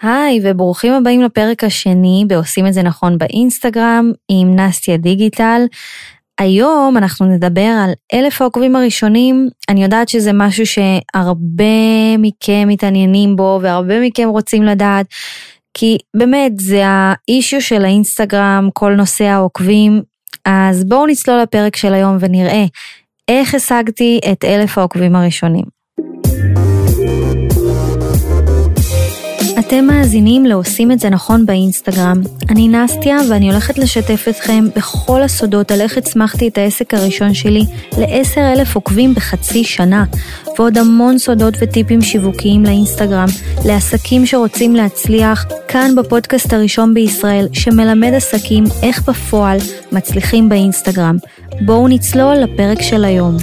היי וברוכים הבאים לפרק השני בעושים את זה נכון באינסטגרם עם נסטיה דיגיטל. היום אנחנו נדבר על 1,000 העוקבים הראשונים. אני יודעת שזה משהו שהרבה מכם מתעניינים בו והרבה מכם רוצים לדעת, כי באמת זה האישיו של האינסטגרם, כל נושא העוקבים. אז בואו נצלול לפרק של היום ונראה איך השגתי את 1,000 העוקבים הראשונים. אתם מאזינים לעושים את זה נכון באינסטגרם. אני נסטיה ואני הולכת לשתף אתכם בכל הסודות על איך הצמחתי את העסק הראשון שלי ל10,000 עוקבים בחצי שנה, ועוד המון סודות וטיפים שיווקיים לאינסטגרם, לעסקים שרוצים להצליח, כאן בפודקאסט הראשון בישראל שמלמד עסקים איך בפועל מצליחים באינסטגרם. בואו נצלול לפרק של היום.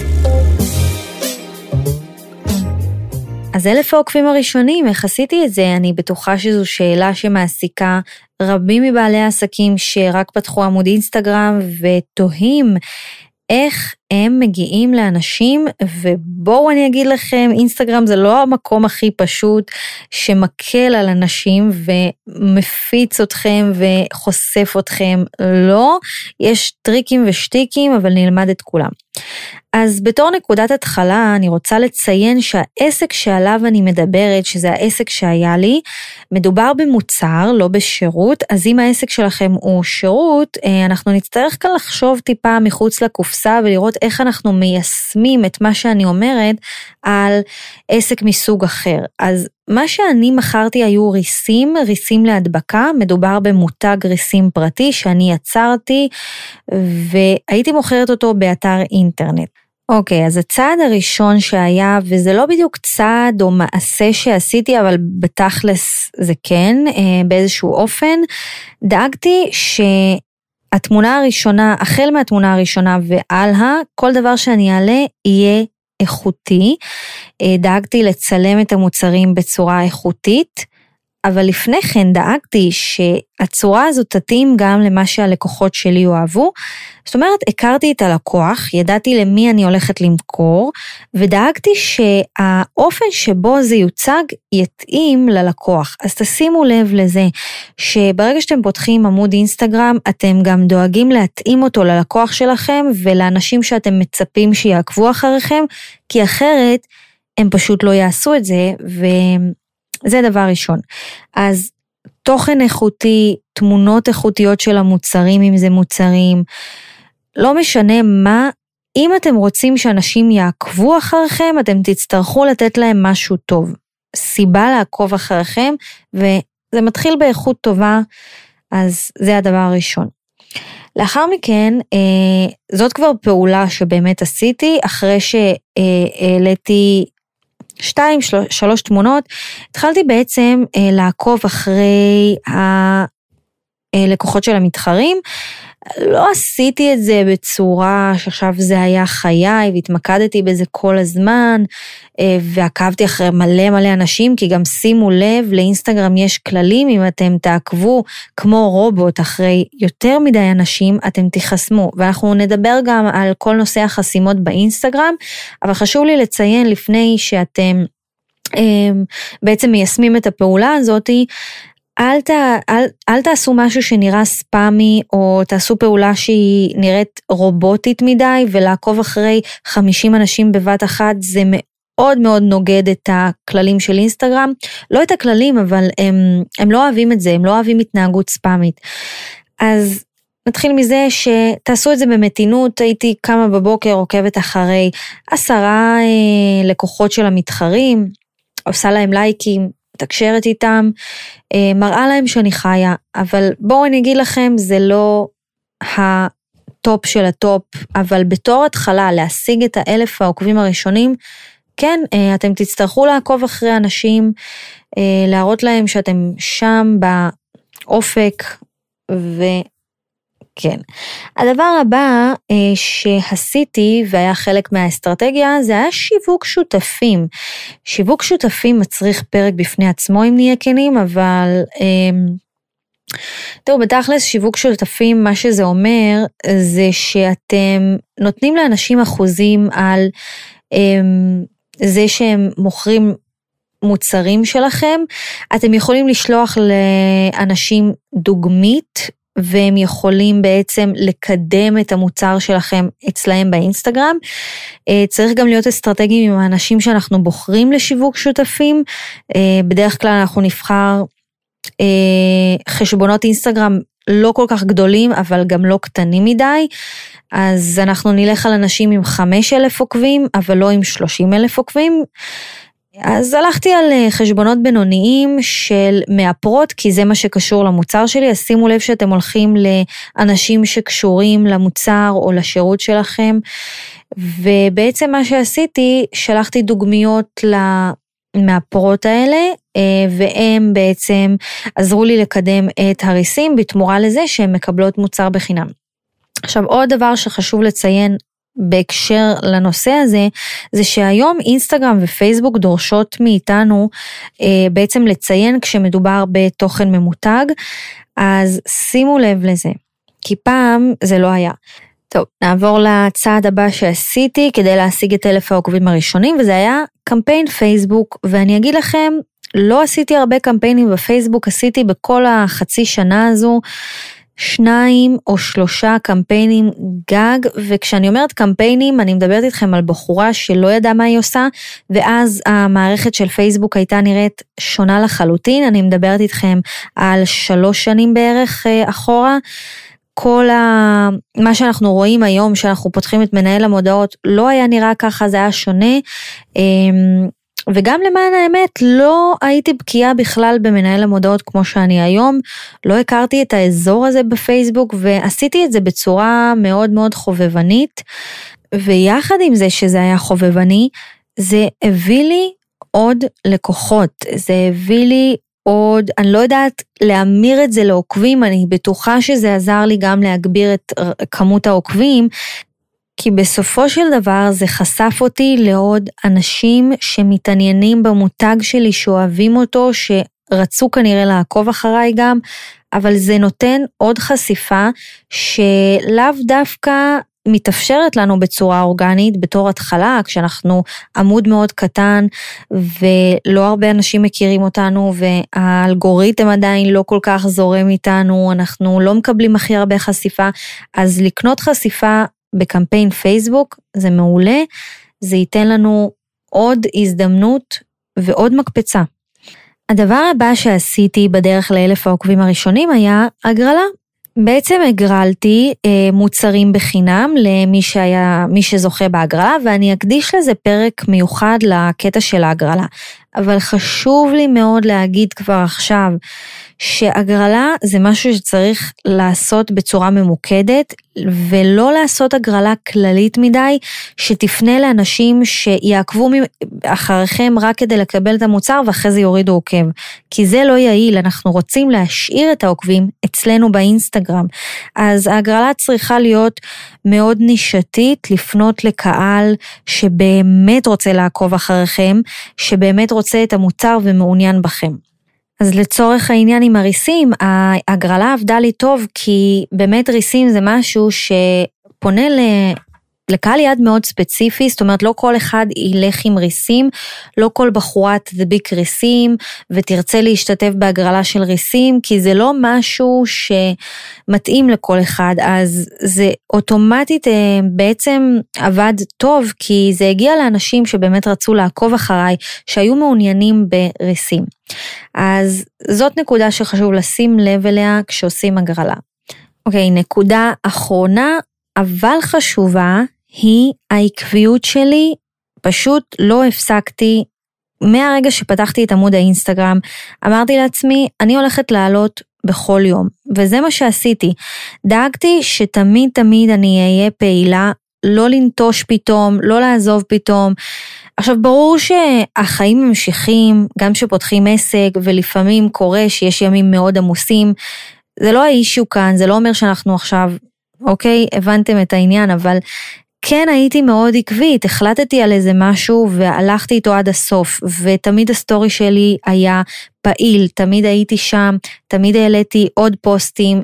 אז 1,000 העוקבים הראשונים, איך עשיתי את זה? אני בטוחה שזו שאלה שמעסיקה רבים מבעלי העסקים שרק פתחו עמוד אינסטגרם ותוהים איך הם מגיעים לאנשים, ובואו אני אגיד לכם, אינסטגרם זה לא המקום הכי פשוט שמקל על אנשים ומפיץ אתכם וחושף אתכם, לא, יש טריקים ושטיקים, אבל נלמד את כולם. אז בתור נקודת התחלה אני רוצה לציין שהעסק שעליו אני מדברת, שזה העסק שהיה לי, מדובר במוצר, לא בשירות. אז אם העסק שלכם הוא שירות, אנחנו נצטרך כאן לחשוב טיפה מחוץ לקופסה ולראות איך אנחנו מיישמים את מה שאני אומרת על עסק מסוג אחר. אז מה שאני מכרתי היו ריסים להדבקה, מדובר במותג ריסים פרטי שאני יצרתי והייתי מוכרת אותו באתר אינטרנט. אוקיי, אז הצעד הראשון שהיה, וזה לא בדיוק צעד או מעשה שעשיתי, אבל בתכלס זה כן, באיזשהו אופן, דאגתי שהתמונה הראשונה, החל מהתמונה הראשונה והלאה, כל דבר שאני אעלה יהיה איכותי. דאגתי לצלם את המוצרים בצורה איכותית, אבל לפני כן דאגתי שהצורה הזאת תתאים גם למה שהלקוחות שלי אוהבו. זאת אומרת, הכרתי את הלקוח, ידעתי למי אני הולכת למכור, ודאגתי שהאופן שבו זה יוצג יתאים ללקוח. אז תשימו לב לזה, שברגע שאתם פותחים עמוד אינסטגרם, אתם גם דואגים להתאים אותו ללקוח שלכם, ולאנשים שאתם מצפים שיעקבו אחריכם, כי אחרת הם פשוט לא יעשו את זה, זה דבר ראשון. אז תוכן איכותי, תמונות איכותיות של המוצרים, אם זה מוצרים, לא משנה מה, אם אתם רוצים שאנשים יעקבו אחריכם, אתם תצטרכו לתת להם משהו טוב. סיבה לעקוב אחריכם, וזה מתחיל באיכות טובה, אז זה הדבר הראשון. לאחר מכן, זאת כבר פעולה שבאמת עשיתי, אחרי שהעליתי 2-3 תמונות, התחלתי בעצם לעקוב אחרי הלקוחות של המתחרים. לא עשיתי את זה בצורה שעכשיו זה היה חיי, והתמקדתי בזה כל הזמן, ועקבתי אחרי מלא אנשים, כי גם שימו לב, לאינסטגרם יש כללים, אם אתם תעקבו כמו רובוט אחרי יותר מדי אנשים, אתם תחסמו, ואנחנו נדבר גם על כל נושא החסימות באינסטגרם, אבל חשוב לי לציין לפני שאתם בעצם מיישמים את הפעולה הזאת, אל תעשו משהו שנראה ספאמי, או תעשו פעולה שהיא נראית רובוטית מדי, ולעקוב אחרי 50 אנשים בבת אחת, זה מאוד מאוד נוגד את הכללים של אינסטגרם. לא את הכללים, אבל הם לא אוהבים את זה, הם לא אוהבים התנהגות ספאמית. אז נתחיל מזה שתעשו את זה במתינות. הייתי קמה בבוקר, עוקבת אחרי 10 לקוחות של המתחרים, עושה להם לייקים, תקשרת איתם, מראה להם שאני חיה, אבל בואו אני אגיד לכם, זה לא הטופ של הטופ, אבל בתור התחלה להשיג את 1,000 העוקבים הראשונים, כן, אתם תצטרכו לעקוב אחרי אנשים, להראות להם שאתם שם באופק, וכן. הדבר הבא שעשיתי, והיה חלק מהאסטרטגיה, זה היה שיווק שותפים. שיווק שותפים מצריך פרק בפני עצמו, אם נהיה כנים, אבל תראו, בתכלס שיווק שותפים, מה שזה אומר, זה שאתם נותנים לאנשים אחוזים על זה שהם מוכרים המוצרים שלכם, אתם יכולים לשלוח לאנשים דוגמית, והם יכולים בעצם לקדם את המוצר שלכם אצלהם באינסטגרם. צריך גם להיות אסטרטגיים עם האנשים שאנחנו בוחרים לשיווק שותפים. בדרך כלל אנחנו נבחר חשבונות אינסטגרם לא כל כך גדולים, אבל גם לא קטנים מדי. אז אנחנו נלך על אנשים עם 5,000 עוקבים, אבל לא עם 30,000 עוקבים. אז הלכתי על חשבונות בינוניים של מאפרות, כי זה מה שקשור למוצר שלי. אז שימו לב שאתם הולכים לאנשים שקשורים למוצר או לשירות שלכם. ובעצם מה שעשיתי, שלחתי דוגמיות למאפרות האלה, והם בעצם עזרו לי לקדם את הריסים, בתמורה לזה שהן מקבלות מוצר בחינם. עכשיו, עוד דבר שחשוב לציין בהקשר לנושא הזה, זה שהיום אינסטגרם ופייסבוק דורשות מאיתנו בעצם לציין כשמדובר בתוכן ממותג, אז שימו לב לזה, כי פעם זה לא היה. טוב, נעבור לצעד הבא שעשיתי כדי להשיג את 1,000 העוקבים הראשונים, וזה היה קמפיין פייסבוק, ואני אגיד לכם, לא עשיתי הרבה קמפיינים בפייסבוק, עשיתי בכל החצי שנה הזו, 2 או 3 קמפיינים גג, וכשאני אומרת קמפיינים, אני מדברת איתכם על בחורה שלא ידעה מה היא עושה, ואז המערכת של פייסבוק הייתה נראית שונה לחלוטין, אני מדברת איתכם על 3 שנים בערך אחורה, כל מה שאנחנו רואים היום, שאנחנו פותחים את מנהל המודעות, לא היה נראה ככה, זה היה שונה, וגם למען האמת, לא הייתי בקיאה בכלל במנהל המודעות כמו שאני היום, לא הכרתי את האזור הזה בפייסבוק, ועשיתי את זה בצורה מאוד מאוד חובבנית, ויחד עם זה שזה היה חובבני, זה הביא לי עוד לקוחות, זה הביא לי עוד, אני לא יודעת להמיר את זה לעוקבים, אני בטוחה שזה עזר לי גם להגביר את כמות העוקבים, כי בסופו של דבר זה חשף אותי לעוד אנשים שמתעניינים במותג שלי, שאוהבים אותו, שרצו כנראה לעקוב אחריי גם, אבל זה נותן עוד חשיפה שלאו דווקא מתאפשרת לנו בצורה אורגנית, בתור התחלה, כשאנחנו עמוד מאוד קטן, ולא הרבה אנשים מכירים אותנו, והאלגוריתם עדיין לא כל כך זורם איתנו, אנחנו לא מקבלים הכי הרבה חשיפה, אז לקנות חשיפה בקמפיין פייסבוק זה מעולה, זה ייתן לנו עוד הזדמנות ועוד מקפצה. הדבר הבא שעשיתי בדרך ל1,000 העוקבים הראשונים היה הגרלה. בעצם הגרלתי מוצרים בחינם למי שזוכה בהגרלה, ואני אקדיש לזה פרק מיוחד לקטע של ההגרלה. אבל חשוב לי מאוד להגיד כבר עכשיו, שהגרלה זה משהו שצריך לעשות בצורה ממוקדת, ולא לעשות הגרלה כללית מדי, שתפנה לאנשים שיעקבו אחריכם רק כדי לקבל את המוצר, ואחרי זה יורידו עוקב. כי זה לא יעיל, אנחנו רוצים להשאיר את העוקבים אצלנו באינסטגרם. אז ההגרלה צריכה להיות מאוד נישתית, לפנות לקהל שבאמת רוצה לעקוב אחריכם, שבאמת רוצה את המוצר ומעוניין בכם. אז לצורך העניין עם הריסים, ההגרלה עבדה לי טוב, כי באמת ריסים זה משהו שפונה לקהל יד מאוד ספציפי, זאת אומרת לא כל אחד ילך עם ריסים, לא כל בחורה תדביק ריסים, ותרצה להשתתף בהגרלה של ריסים, כי זה לא משהו שמתאים לכל אחד, אז זה אוטומטית בעצם עבד טוב, כי זה הגיע לאנשים שבאמת רצו לעקוב אחריי, שהיו מעוניינים בריסים. אז זאת נקודה שחשוב לשים לב אליה כשעושים הגרלה. אוקיי, נקודה אחרונה, אבל חשובה, היא העקביות שלי, פשוט לא הפסקתי, מהרגע שפתחתי את עמוד האינסטגרם, אמרתי לעצמי, אני הולכת לעלות בכל יום, וזה מה שעשיתי, דאגתי שתמיד תמיד אני אהיה פעילה, לא לנטוש פתאום, לא לעזוב פתאום, עכשיו ברור שהחיים ממשיכים, גם שפותחים עסק, ולפעמים קורה שיש ימים מאוד עמוסים, זה לא האישו כאן, זה לא אומר שאנחנו עכשיו, אוקיי, הבנתם את העניין, אבל כן הייתי מאוד עקבית, החלטתי על איזה משהו והלכתי איתו עד הסוף, ותמיד הסטורי שלי היה פעיל, תמיד הייתי שם, תמיד העליתי עוד פוסטים,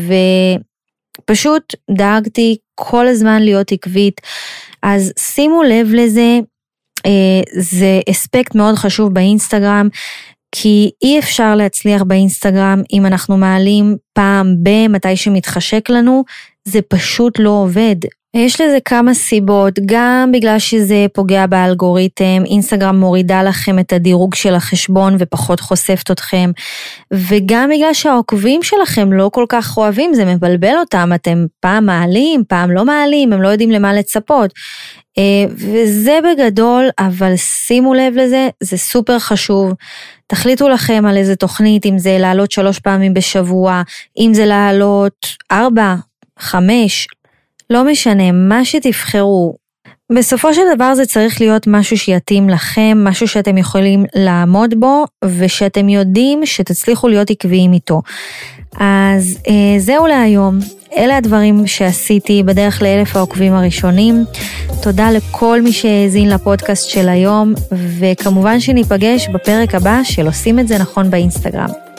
ופשוט דאגתי כל הזמן להיות עקבית, אז שימו לב לזה, זה אספקט מאוד חשוב באינסטגרם, כי אי אפשר להצליח באינסטגרם אם אנחנו מעלים פעם במתי שמתחשק לנו, זה פשוט לא עובד. יש לזה כמה סיבות, גם בגלל שזה פוגע באלגוריתם, אינסטגרם מורידה לכם את הדירוג של החשבון ופחות חושפת אתכם, וגם בגלל שהעוקבים שלכם לא כל כך אוהבים, זה מבלבל אותם, אתם פעם מעלים, פעם לא מעלים, הם לא יודעים למה לצפות, וזה בגדול, אבל שימו לב לזה, זה סופר חשוב, תחליטו לכם על איזה תוכנית, אם זה לעלות 3 פעמים בשבוע, אם זה לעלות 4, 5, לא משנה, מה שתבחרו. בסופו של דבר זה צריך להיות משהו שיתאים לכם, משהו שאתם יכולים לעמוד בו, ושאתם יודעים שתצליחו להיות עקביים איתו. אז זהו להיום, אלה הדברים שעשיתי בדרך ל1,000 העוקבים הראשונים. תודה לכל מי שהאזין לפודקאסט של היום, וכמובן שניפגש בפרק הבא של עושים את זה נכון באינסטגרם.